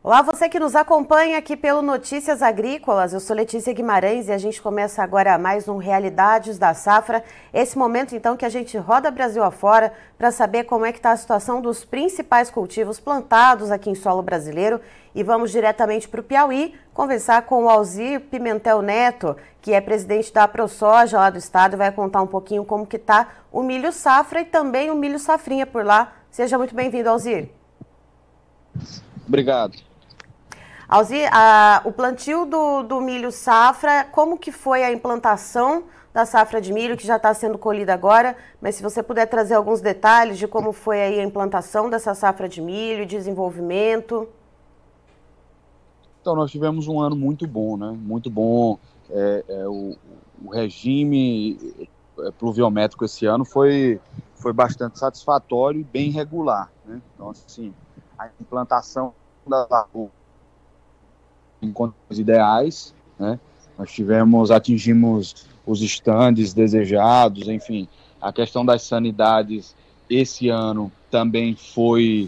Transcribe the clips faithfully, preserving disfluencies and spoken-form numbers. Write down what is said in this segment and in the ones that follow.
Olá, você que nos acompanha aqui pelo Notícias Agrícolas. Eu sou Letícia Guimarães e a gente começa agora mais um Realidades da Safra. Esse momento, então, que a gente roda Brasil afora para saber como é que está a situação dos principais cultivos plantados aqui em solo brasileiro. E vamos diretamente para o Piauí conversar com o Alzir Pimentel Neto, que é presidente da ProSoja lá do estado, e vai contar um pouquinho como que está o milho safra e também o milho safrinha por lá. Seja muito bem-vindo, Alzir. Obrigado. Alzir, a, o plantio do, do milho safra, como que foi a implantação da safra de milho, que já está sendo colhida agora, mas se você puder trazer alguns detalhes de como foi aí a implantação dessa safra de milho, desenvolvimento. Então, nós tivemos um ano muito bom, né? Muito bom. É, é, o, o regime pluviométrico esse ano foi, foi bastante satisfatório e bem regular, né? Então, assim, a implantação da lavoura em condições ideais, né? Nós tivemos, atingimos os estandes desejados, enfim, a questão das sanidades esse ano também foi,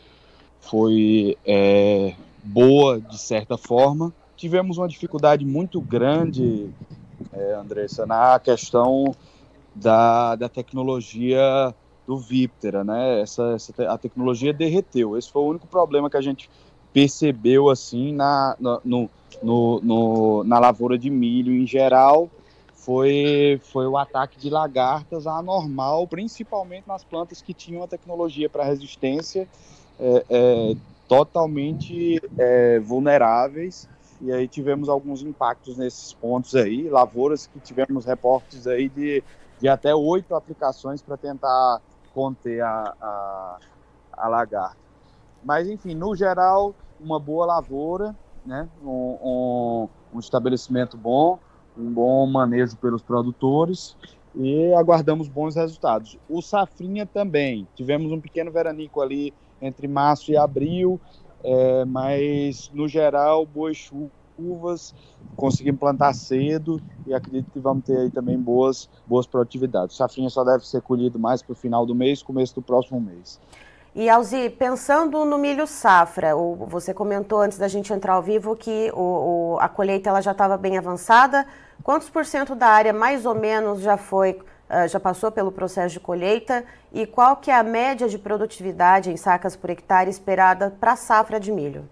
foi é, boa, de certa forma. Tivemos uma dificuldade muito grande, é, Andressa, na questão da, da tecnologia do Viptera, né? Essa, essa, a tecnologia derreteu. Esse foi o único problema que a gente percebeu assim na, no, no, no, na lavoura de milho em geral. Foi, foi o ataque de lagartas anormal, principalmente nas plantas que tinham a tecnologia para resistência é, é, totalmente é, vulneráveis. E aí tivemos alguns impactos nesses pontos aí, lavouras que tivemos reportes aí de, de até oito aplicações para tentar conter a, a, a lagarta. Mas, enfim, no geral, uma boa lavoura, né? um, um, um estabelecimento bom, um bom manejo pelos produtores e aguardamos bons resultados. O safrinha também, tivemos um pequeno veranico ali entre março e abril, é, mas, no geral, boas chuvas, conseguimos plantar cedo e acredito que vamos ter aí também boas, boas produtividades. O safrinha só deve ser colhido mais para o final do mês, começo do próximo mês. E, Alzir, pensando no milho safra, o, você comentou antes da gente entrar ao vivo que o, o, a colheita ela já estava bem avançada. Quantos por cento da área, mais ou menos, já foi, uh, já passou pelo processo de colheita? E qual que é a média de produtividade em sacas por hectare esperada para a safra de milho?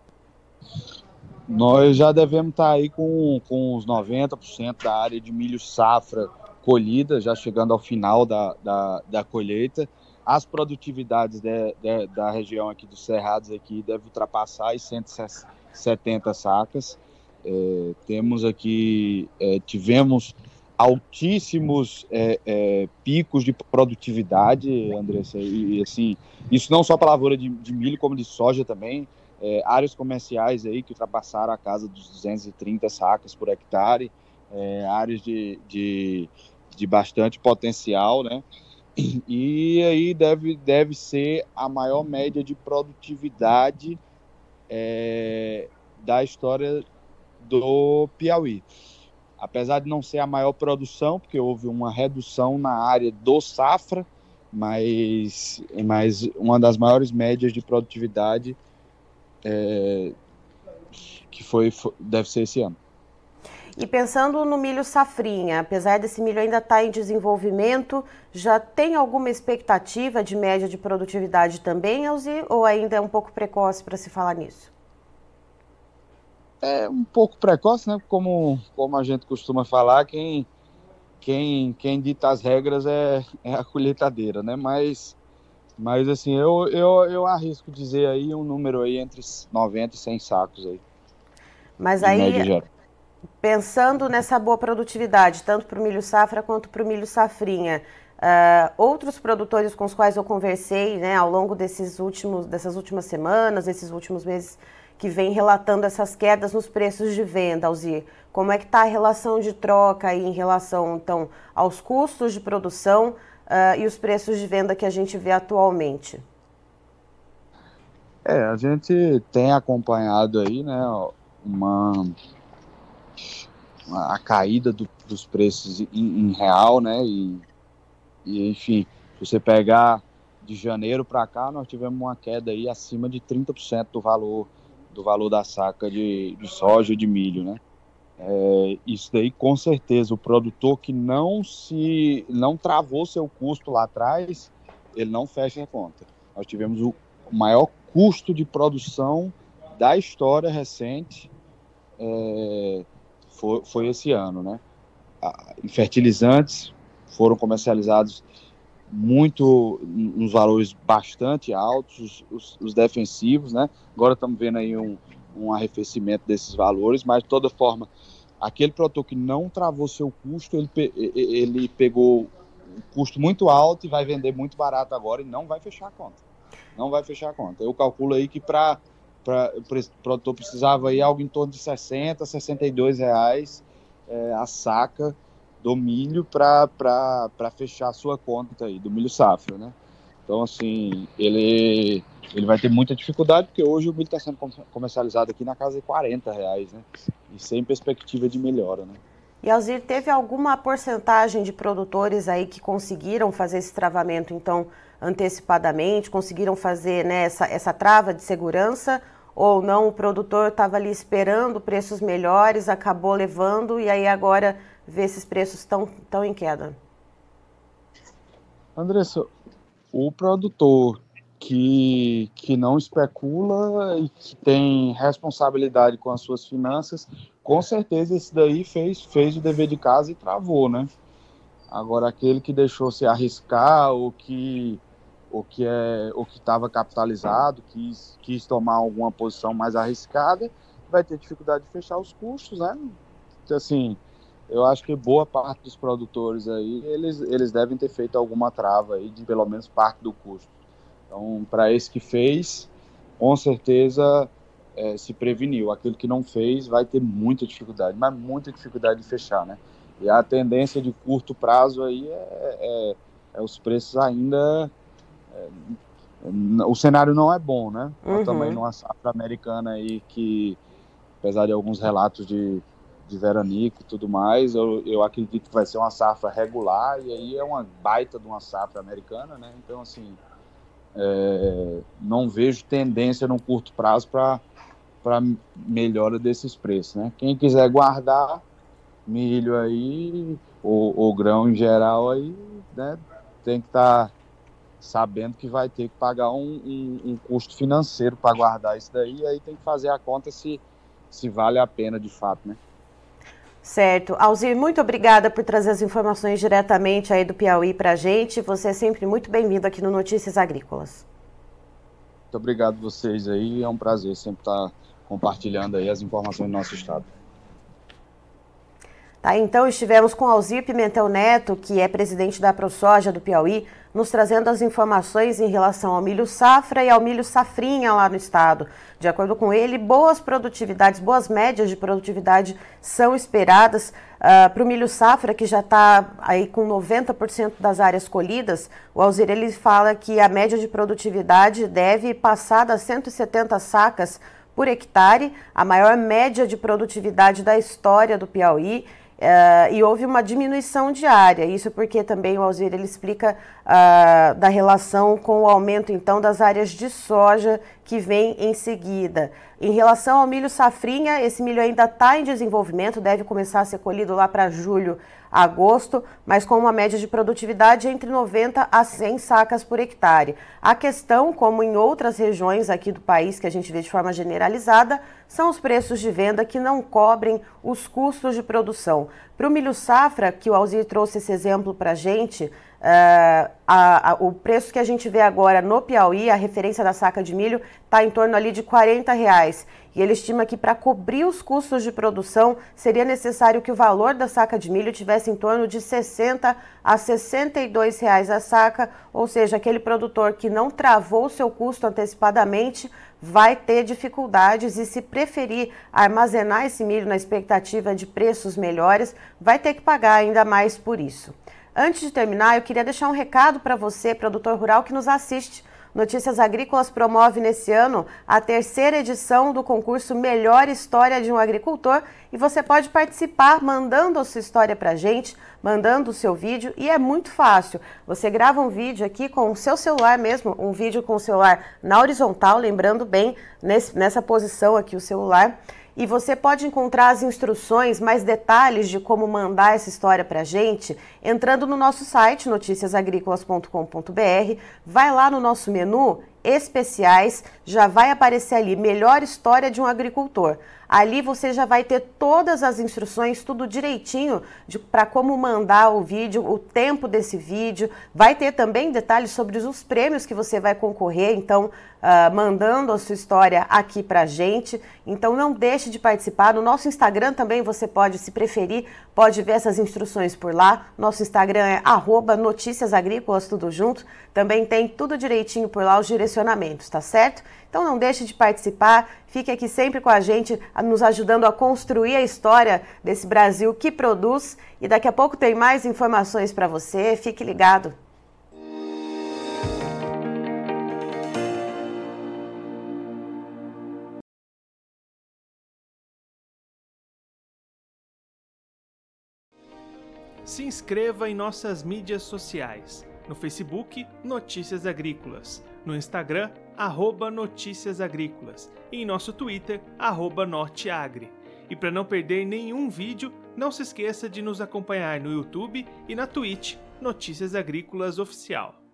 Nós já devemos estar aí com, com uns noventa por cento da área de milho safra colhida, já chegando ao final da, da, da colheita. As produtividades de, de, da região aqui dos Cerrados aqui devem ultrapassar as cento e setenta sacas. É, temos aqui, é, tivemos altíssimos é, é, picos de produtividade, Andressa, e, e assim, isso não só para a lavoura de, de milho, como de soja também. É, áreas comerciais aí que ultrapassaram a casa dos duzentas e trinta sacas por hectare, é, áreas de, de, de bastante potencial, né? E aí deve, deve ser a maior média de produtividade é, da história do Piauí. Apesar de não ser a maior produção, porque houve uma redução na área do safra, mas, mas uma das maiores médias de produtividade é, que foi, foi, deve ser esse ano. E pensando no milho safrinha, apesar desse milho ainda estar em desenvolvimento, já tem alguma expectativa de média de produtividade também, Alzir, ou ainda é um pouco precoce para se falar nisso? É um pouco precoce, né? Como, como a gente costuma falar, quem, quem, quem dita as regras é, é a colheitadeira, né? Mas, mas assim, eu, eu, eu arrisco dizer aí um número aí entre noventa e cem sacos aí. Mas De aí, média geral. pensando nessa boa produtividade, tanto para o milho safra quanto para o milho safrinha, uh, outros produtores com os quais eu conversei, né, ao longo desses últimos, dessas últimas semanas, desses últimos meses, que vem relatando essas quedas nos preços de venda, Alzir, como é que está a relação de troca aí em relação, então, aos custos de produção uh, e os preços de venda que a gente vê atualmente? É, a gente tem acompanhado aí, né, uma, uma a caída do, dos preços em, em real, né, e, e enfim, se você pegar de janeiro para cá, nós tivemos uma queda aí acima de trinta por cento do valor do valor da saca de, de soja e de milho, né? É, isso daí, com certeza, o produtor que não se não travou seu custo lá atrás, ele não fecha a conta. Nós tivemos o maior custo de produção da história recente, é, foi, foi esse ano, né? Em fertilizantes foram comercializados muito, uns valores bastante altos, os, os defensivos, né? Agora estamos vendo aí um, um arrefecimento desses valores, mas de toda forma, aquele produtor que não travou seu custo, ele, ele pegou um custo muito alto e vai vender muito barato agora e não vai fechar a conta. Não vai fechar a conta. Eu calculo aí que para o produtor precisava aí algo em torno de sessenta, sessenta e dois reais é, a saca do milho para fechar a sua conta aí, do milho safra, né? Então, assim, ele, ele vai ter muita dificuldade, porque hoje o milho está sendo comercializado aqui na casa de quarenta reais, né? E sem perspectiva de melhora, né? E, Alzir, teve alguma porcentagem de produtores aí que conseguiram fazer esse travamento, então, antecipadamente, conseguiram fazer, né, essa, essa trava de segurança, ou não, o produtor estava ali esperando preços melhores, acabou levando, e aí agora vê esses preços tão, tão em queda? Andressa, o produtor que, que não especula e que tem responsabilidade com as suas finanças, com certeza esse daí fez, fez o dever de casa e travou, né? Agora, aquele que deixou se arriscar ou que ou que é, ou que estava capitalizado, quis, quis tomar alguma posição mais arriscada, vai ter dificuldade de fechar os custos, né? Assim, eu acho que boa parte dos produtores aí, eles, eles devem ter feito alguma trava aí de pelo menos parte do custo. Então, para esse que fez, com certeza é, se preveniu. Aquele que não fez vai ter muita dificuldade, mas muita dificuldade de fechar, né? E a tendência de curto prazo aí é, é, é os preços ainda... É, o cenário não é bom, né? Uhum. Também numa safra americana aí que, apesar de alguns relatos de, de veranico e tudo mais, eu, eu acredito que vai ser uma safra regular, e aí é uma baita de uma safra americana, né? Então, assim, é, não vejo tendência no curto prazo para para melhora desses preços, né? Quem quiser guardar milho aí, ou, ou grão em geral aí, né? Tem que estar... Tá sabendo que vai ter que pagar um, um, um custo financeiro para guardar isso daí, e aí tem que fazer a conta se, se vale a pena de fato, né? Certo. Alzir, muito obrigada por trazer as informações diretamente aí do Piauí para a gente. Você é sempre muito bem-vindo aqui no Notícias Agrícolas. Muito obrigado a vocês aí, é um prazer sempre estar compartilhando aí as informações do nosso estado. Tá, então estivemos com Alzir Pimentel Neto, que é presidente da ProSoja do Piauí, nos trazendo as informações em relação ao milho safra e ao milho safrinha lá no estado. De acordo com ele, boas produtividades, boas médias de produtividade são esperadas uh, para o milho safra, que já está aí com noventa por cento das áreas colhidas. O Alzir, ele fala que a média de produtividade deve passar das cento e setenta sacas por hectare, a maior média de produtividade da história do Piauí. Uh, e houve uma diminuição diária, isso porque também o Alzir ele explica uh, da relação com o aumento então das áreas de soja que vem em seguida. Em relação ao milho safrinha, esse milho ainda está em desenvolvimento, deve começar a ser colhido lá para julho, agosto, mas com uma média de produtividade entre noventa a cem sacas por hectare. A questão, como em outras regiões aqui do país que a gente vê de forma generalizada, são os preços de venda que não cobrem os custos de produção. Para o milho safra, que o Alzir trouxe esse exemplo para a gente, Uh, a, a, o preço que a gente vê agora no Piauí, a referência da saca de milho, está em torno ali de quarenta reais. E ele estima que para cobrir os custos de produção, seria necessário que o valor da saca de milho tivesse em torno de sessenta a sessenta e dois reais a saca, ou seja, aquele produtor que não travou o seu custo antecipadamente vai ter dificuldades, e se preferir armazenar esse milho na expectativa de preços melhores, vai ter que pagar ainda mais por isso. Antes de terminar, eu queria deixar um recado para você, produtor rural que nos assiste. Notícias Agrícolas promove nesse ano a terceira edição do concurso Melhor História de um Agricultor e você pode participar mandando a sua história para a gente, mandando o seu vídeo e é muito fácil. Você grava um vídeo aqui com o seu celular mesmo, um vídeo com o celular na horizontal, lembrando bem nesse, nessa posição aqui o celular. E você pode encontrar as instruções, mais detalhes de como mandar essa história para a gente, entrando no nosso site, noticias agrícolas ponto com ponto b r, vai lá no nosso menu, especiais, já vai aparecer ali, melhor história de um agricultor. Ali você já vai ter todas as instruções, tudo direitinho para como mandar o vídeo, o tempo desse vídeo. Vai ter também detalhes sobre os prêmios que você vai concorrer, então uh, mandando a sua história aqui para a gente. Então não deixe de participar. No nosso Instagram também você pode, se preferir, pode ver essas instruções por lá. Nosso Instagram é arroba Notícias Agrícolas, tudo junto. Também tem tudo direitinho por lá, os direcionamentos, tá certo? Então não deixe de participar, fique aqui sempre com a gente, nos ajudando a construir a história desse Brasil que produz. E daqui a pouco tem mais informações para você, fique ligado. Se inscreva em nossas mídias sociais. No Facebook, Notícias Agrícolas. No Instagram, arroba Notícias Agrícolas. E em nosso Twitter, arroba Norteagri. E para não perder nenhum vídeo, não se esqueça de nos acompanhar no YouTube e na Twitch, Notícias Agrícolas Oficial.